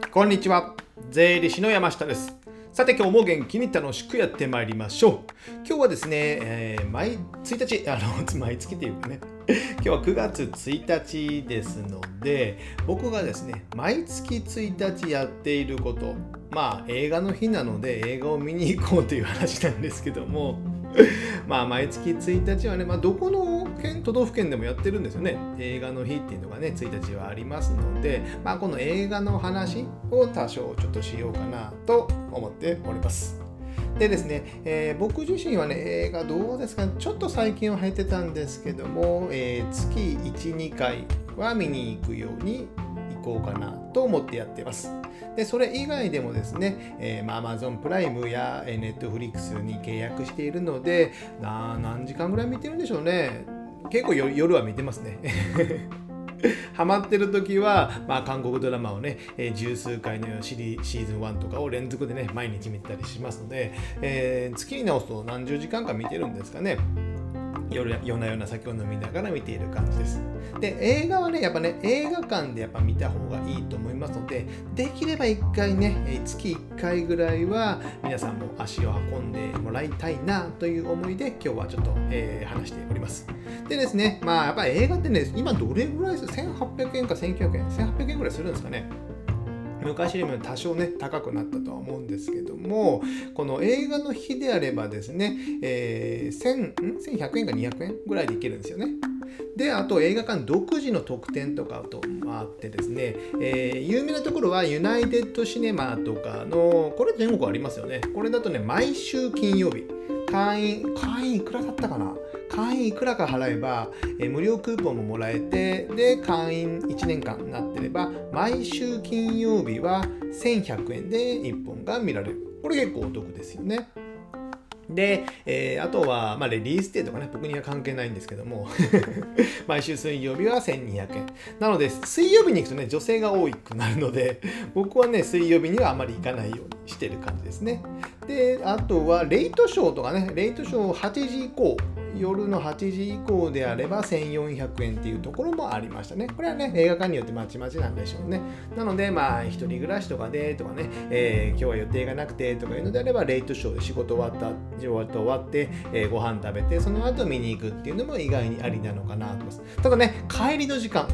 こんにちは。税理士の山下です。さて今日も元気に楽しくやってまいりましょう。今日はですね、毎月っていうかね、今日は9月1日ですので、僕がですね、毎月1日やっていること、映画の日なので映画を見に行こうという話なんですけども、毎月1日はね、どこの都道府県でもやってるんですよね。映画の日っていうのがね、1日はありますので、この映画の話を多少ちょっとしようかなと思っております。でですね、僕自身はね、映画どうですかね、ちょっと最近は減ってたんですけども、月1、2回は見に行くように行こうかなと思ってやっています。でそれ以外でもですね、Amazon プライムや Netflix に契約しているので、何時間ぐらい見てるんでしょうね。結構夜は見てますね。ハマってる時は、韓国ドラマをね、十数回のシーズン1とかを連続でね、毎日見たりしますので、月に直すと何十時間か見てるんですかね。夜な夜な酒を飲みながら見ている感じです。で、映画はね、やっぱね、映画館でやっぱ見た方がいいと思いますので、できれば1回ね、月1回ぐらいは皆さんも足を運んでもらいたいなという思いで今日はちょっと、話しております。でですね、やっぱ映画ってね、今どれぐらいですか？ 1800 円か1900円、1800円ぐらいするんですかね。昔よりも多少ね高くなったとは思うんですけども、この映画の日であればですね、1100円か200円ぐらいでいけるんですよね。で、あと映画館独自の特典とかとあってですね、有名なところはユナイテッドシネマとかの、これ全国ありますよね。これだとね、毎週金曜日、会員いくらだったかな、会員いくらか払えば、無料クーポンももらえて、で会員1年間になってれば毎週金曜日は1100円で1本が見られる。これ結構お得ですよね。で、あとは、レディースデーとかね、僕には関係ないんですけども毎週水曜日は1200円なので、水曜日に行くとね、女性が多くなるので、僕はね、水曜日にはあまり行かないようにしてる感じですね。で、あとはレイトショーとかね、レイトショー8時以降、夜の8時以降であれば1400円っていうところもありましたね。これはね、映画館によってまちまちなんでしょうね。なので、一人暮らしとかでとかね、今日は予定がなくてとかいうのであれば、レイトショーで仕事終わって、ご飯食べて、その後見に行くっていうのも意外にありなのかなと思います。ただね、帰りの時間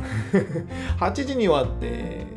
8時に終わって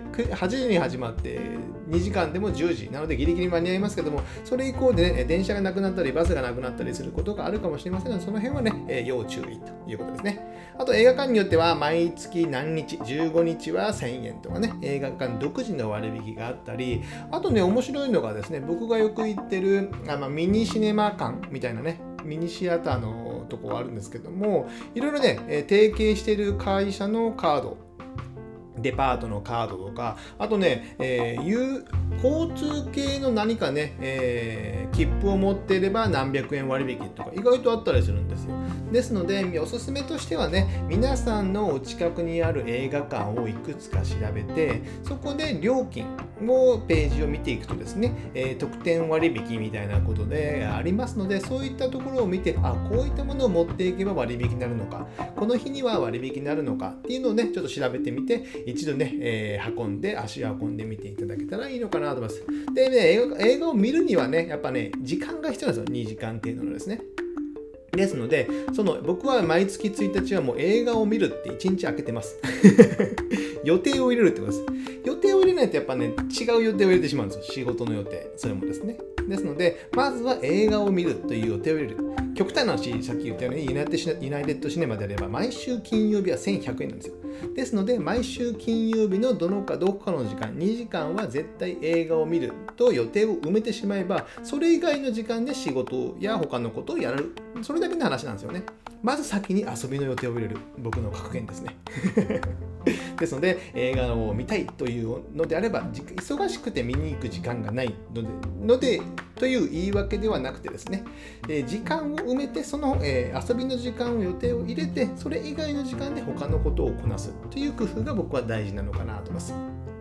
8時に始まって2時間でも10時なのでギリギリ間に合いますけども、それ以降でね、電車がなくなったりバスがなくなったりすることがあるかもしれませんので、その辺はね、要注意ということですね。あと映画館によっては毎月何日、15日は1000円とかね、映画館独自の割引があったり、あとね、面白いのがですね、僕がよく行ってるミニシネマ館みたいなね、ミニシアターのとこがあるんですけども、いろいろね、提携している会社のカード、デパートのカードとか、あとね、交通系の何かね、切符を持っていれば何百円割引とか意外とあったりするんですよ。ですので、おすすめとしてはね、皆さんのお近くにある映画館をいくつか調べて、そこで料金をページを見ていくとですね、特典割引みたいなことでありますので、そういったところを見て、こういったものを持っていけば割引になるのか、この日には割引になるのかっていうのをね、ちょっと調べてみて、一度ね、足を運んでみていただけたらいいのかなと思います。でね、映画を見るにはね、やっぱね、時間が必要なんですよ。2時間程度のですね。ですので、僕は毎月1日はもう映画を見るって1日空けてます。予定を入れるってことです。予定を入れないとやっぱね、違う予定を入れてしまうんですよ。仕事の予定、それもですね。ですので、まずは映画を見るという予定を入れる。極端な話、さっき言ったようにユナイテッドシネマであれば毎週金曜日は1100円なんですよ。ですので、毎週金曜日のどこかの時間、2時間は絶対映画を見ると予定を埋めてしまえば、それ以外の時間で仕事や他のことをやる。それだけの話なんですよね。まず先に遊びの予定を入れる。僕の格言ですね。ですので、映画を見たいというのであれば、忙しくて見に行く時間がないのでという言い訳ではなくてですね、時間を埋めて、その、遊びの時間を予定を入れて、それ以外の時間で他のことをこなすという工夫が僕は大事なのかなと思います。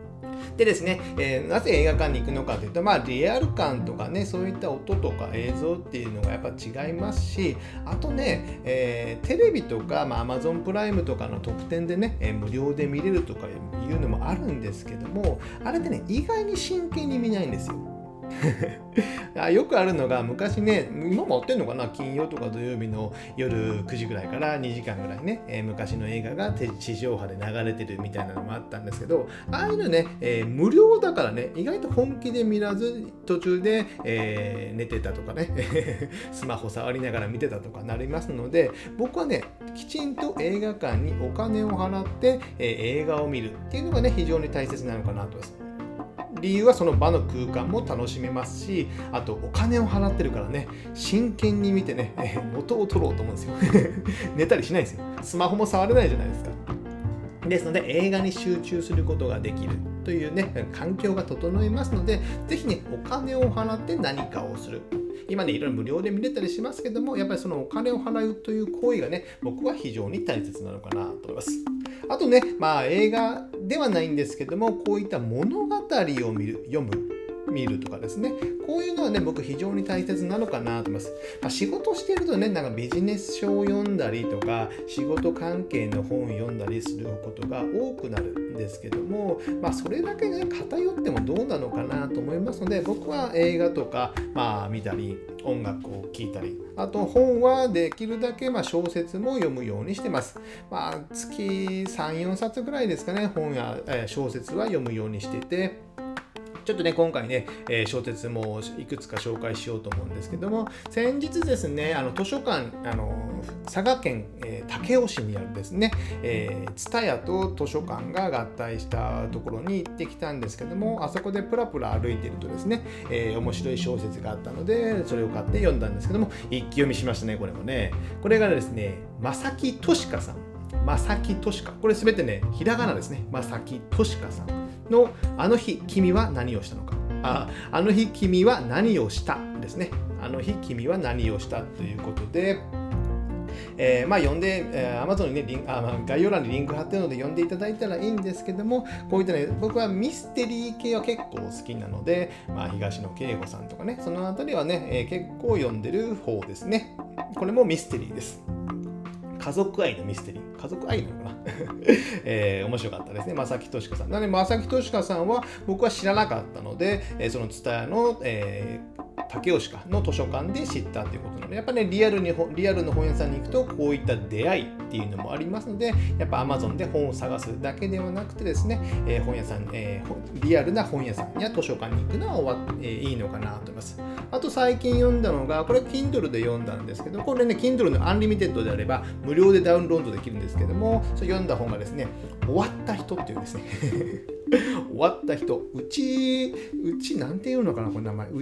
でですね、なぜ映画館に行くのかというと、リアル感とかね、そういった音とか映像っていうのがやっぱ違いますし、あとね、テレビとか、Amazon プライムとかの特典でね、無料で見れるとかいうのもあるんですけども、あれでね、意外に真剣に見ないんですよ。よくあるのが昔ね、今もやってんのかな、金曜とか土曜日の夜9時ぐらいから2時間ぐらいね、昔の映画が地上波で流れてるみたいなのもあったんですけど、ああいうのね、無料だからね、意外と本気で見らず途中で、寝てたとかねスマホ触りながら見てたとかなりますので、僕はね、きちんと映画館にお金を払って、映画を見るっていうのがね、非常に大切なのかなと思います。理由はその場の空間も楽しめますし、あとお金を払ってるからね、真剣に見てね、元を取ろうと思うんですよ寝たりしないんですよ。スマホも触れないじゃないですか。ですので映画に集中することができるというね、環境が整いますので、ぜひね、お金を払って何かをする。今ね、いろいろ無料で見れたりしますけども、やっぱりそのお金を払うという行為がね、僕は非常に大切なのかなと思います。あとね、映画ではないんですけども、こういった物語を見るとかですね、こういうのはね、僕非常に大切なのかなと思います。仕事してるとね、なんかビジネス書を読んだりとか、仕事関係の本を読んだりすることが多くなるんですけども、それだけね、偏ってもどうなのかなと思いますので、僕は映画とか、見たり、音楽を聴いたり、あと本はできるだけ小説も読むようにしてます。月3、4冊ぐらいですかね、本や小説は読むようにしてて、ちょっとね、今回ね、小説もいくつか紹介しようと思うんですけども、先日ですね、図書館、佐賀県、武雄市にあるですね、TSUTAYAと図書館が合体したところに行ってきたんですけども、あそこでプラプラ歩いているとですね、面白い小説があったので、それを買って読んだんですけども、一気読みしましたね、これもね。これがですね、正木俊香さん。正木俊香。これすべてね、ひらがなですね。正木俊香さんのあの日君は何をしたのか。あの日君は何をしたですね。あの日君は何をしたということで、読んで、Amazon にね、概要欄にリンク貼ってるので読んでいただいたらいいんですけども、こういったね、僕はミステリー系は結構好きなので、東野圭吾さんとかね、そのあたりはね、結構読んでる方ですね。これもミステリーです。家族愛のミステリー。家族愛なのかな面白かったですね。正木俊香さん。なので、正木俊香さんは僕は知らなかったので、そのTSUTAYAの、武雄市の図書館で知ったということなので、やっぱね、リアルの本屋さんに行くと、こういった出会いっていうのもありますので、やっぱ Amazon で本を探すだけではなくてですね、本屋さん、リアルな本屋さんや図書館に行くのはいいのかなと思います。あと最近読んだのが、これ Kindle で読んだんですけど、これね、Kindle のアンリミテッドであれば無料でダウンロードできるんですけども、それ読んだ本がですね、終わった人っていうですね終わった人、うちなんていうのかな、この名前、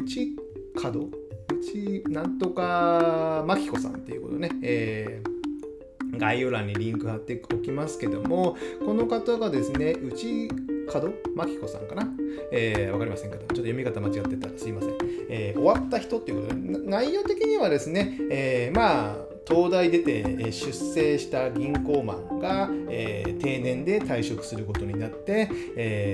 なんとかまきこさんっていうことね、概要欄にリンク貼っておきますけども、この方がですね、門真紀子さんかな、わかりませんけど、ちょっと読み方間違ってたらすいません。終わった人っていうことで、内容的にはですね、東大出て出世した銀行マンが、定年で退職することになって、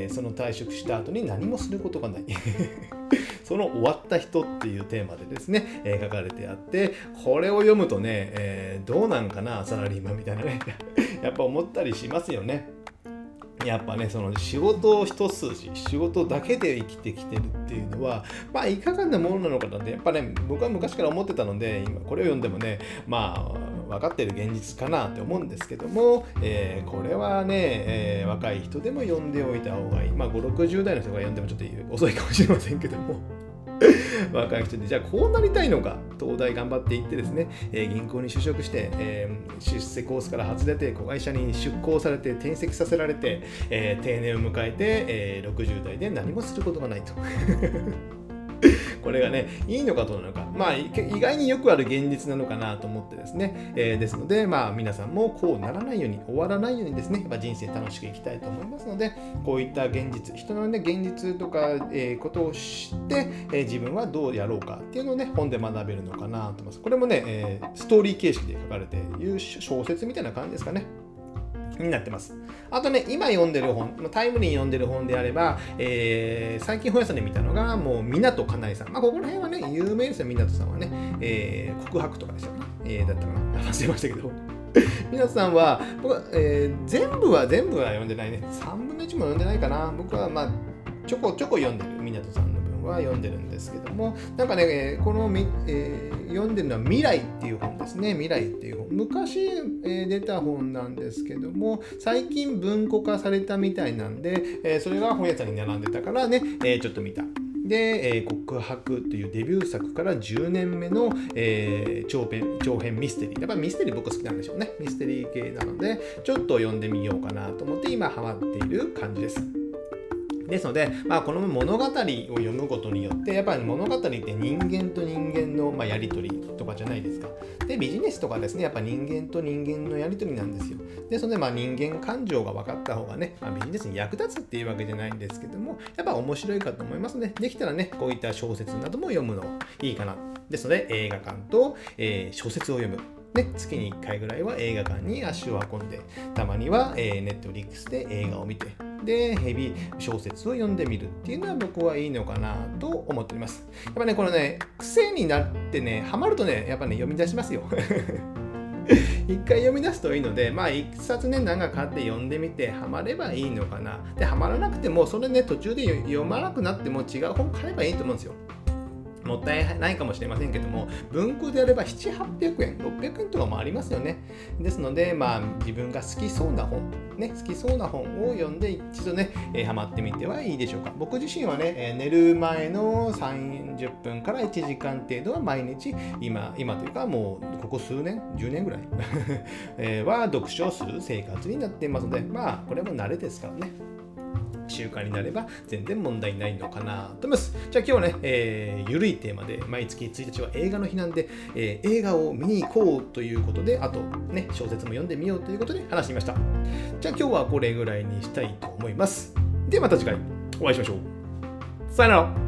その退職した後に何もすることがないその終わった人っていうテーマでですね、書かれてあって、これを読むとね、どうなんかなサラリーマンみたいなねやっぱ思ったりしますよね。やっぱね、その仕事一筋、仕事だけで生きてきてるっていうのは、いかがなものなのかなって、やっぱね、僕は昔から思ってたので、今これを読んでもね、分かってる現実かなって思うんですけども、これはね、若い人でも読んでおいた方がいい。5、60代の人が読んでもちょっと遅いかもしれませんけども。若い人で、じゃあこうなりたいのか、東大頑張っていってですね、銀行に就職して、出世コースから外れて、子会社に出向されて、転籍させられて、定年を迎えて、60代で何もすることがないと。これがね、いいのかどうなのか、意外によくある現実なのかなと思ってですね、ですので、皆さんもこうならないように、終わらないようにですね、人生楽しく生きたいと思いますので、こういった現実、人のね、現実とか、ことを知って、自分はどうやろうかっていうのをね、本で学べるのかなと思います。これもね、ストーリー形式で書かれている小説みたいな感じですかね。 になってます。あとね、今読んでる本、タイムリーに読んでる本であれば、最近本屋さんで見たのが、もう湊かなえさん。ここら辺はね、有名ですよ、湊さんはね。告白とかですよね。だったかな。忘れましたけど。湊さんは、僕は、全部は読んでないね。3分の1も読んでないかな。僕は、ちょこちょこ読んでる、湊さんの文は読んでるんですけども、なんかね、この読んでるのは未来っていう本ですね。未来っていう本。昔、出た本なんですけども、最近文庫化されたみたいなんで、それが本屋さんに並んでたからね、ちょっと見た。で、告白というデビュー作から10年目の、長編ミステリー。やっぱりミステリー僕好きなんでしょうね。ミステリー系なので、ちょっと読んでみようかなと思って今ハマっている感じです。ですので、この物語を読むことによって、やっぱり物語って人間と人間の、やり取りとかじゃないですか。で、ビジネスとかですね、やっぱ人間と人間のやり取りなんですよ。ですので、人間感情が分かった方がね、ビジネスに役立つっていうわけじゃないんですけども、やっぱ面白いかと思いますね。できたらね、こういった小説なども読むのいいかな。ですので、映画館と、小説を読む。月に1回ぐらいは映画館に足を運んで、たまには、Netflix で映画を見て、で、ヘビ小説を読んでみるっていうのは僕はいいのかなと思っております。やっぱね、このね、癖になってね、ハマるとね、やっぱね、読み出しますよ。一回読み出すといいので、一冊ね、何か買って読んでみて、ハマればいいのかな。で、ハマらなくても、それね、途中で読まなくなっても違う本買えばいいと思うんですよ。もったいないかもしれませんけども、文庫であれば700、800円、600円とかもありますよね。ですので、自分が好きそうな本、好きそうな本を読んで一度ね、ハマってみてはいいでしょうか。僕自身はね、寝る前の30分から1時間程度は毎日、今というかもうここ数年、10年ぐらいは読書をする生活になっていますので、これも慣れですからね。習慣になれば全然問題ないのかなと思います。じゃあ今日はね、ゆるいテーマで毎月1日は映画の日なんで、映画を見に行こうということで、あとね、小説も読んでみようということで話してみました。じゃあ今日はこれぐらいにしたいと思います。ではまた次回お会いしましょう。さよなら。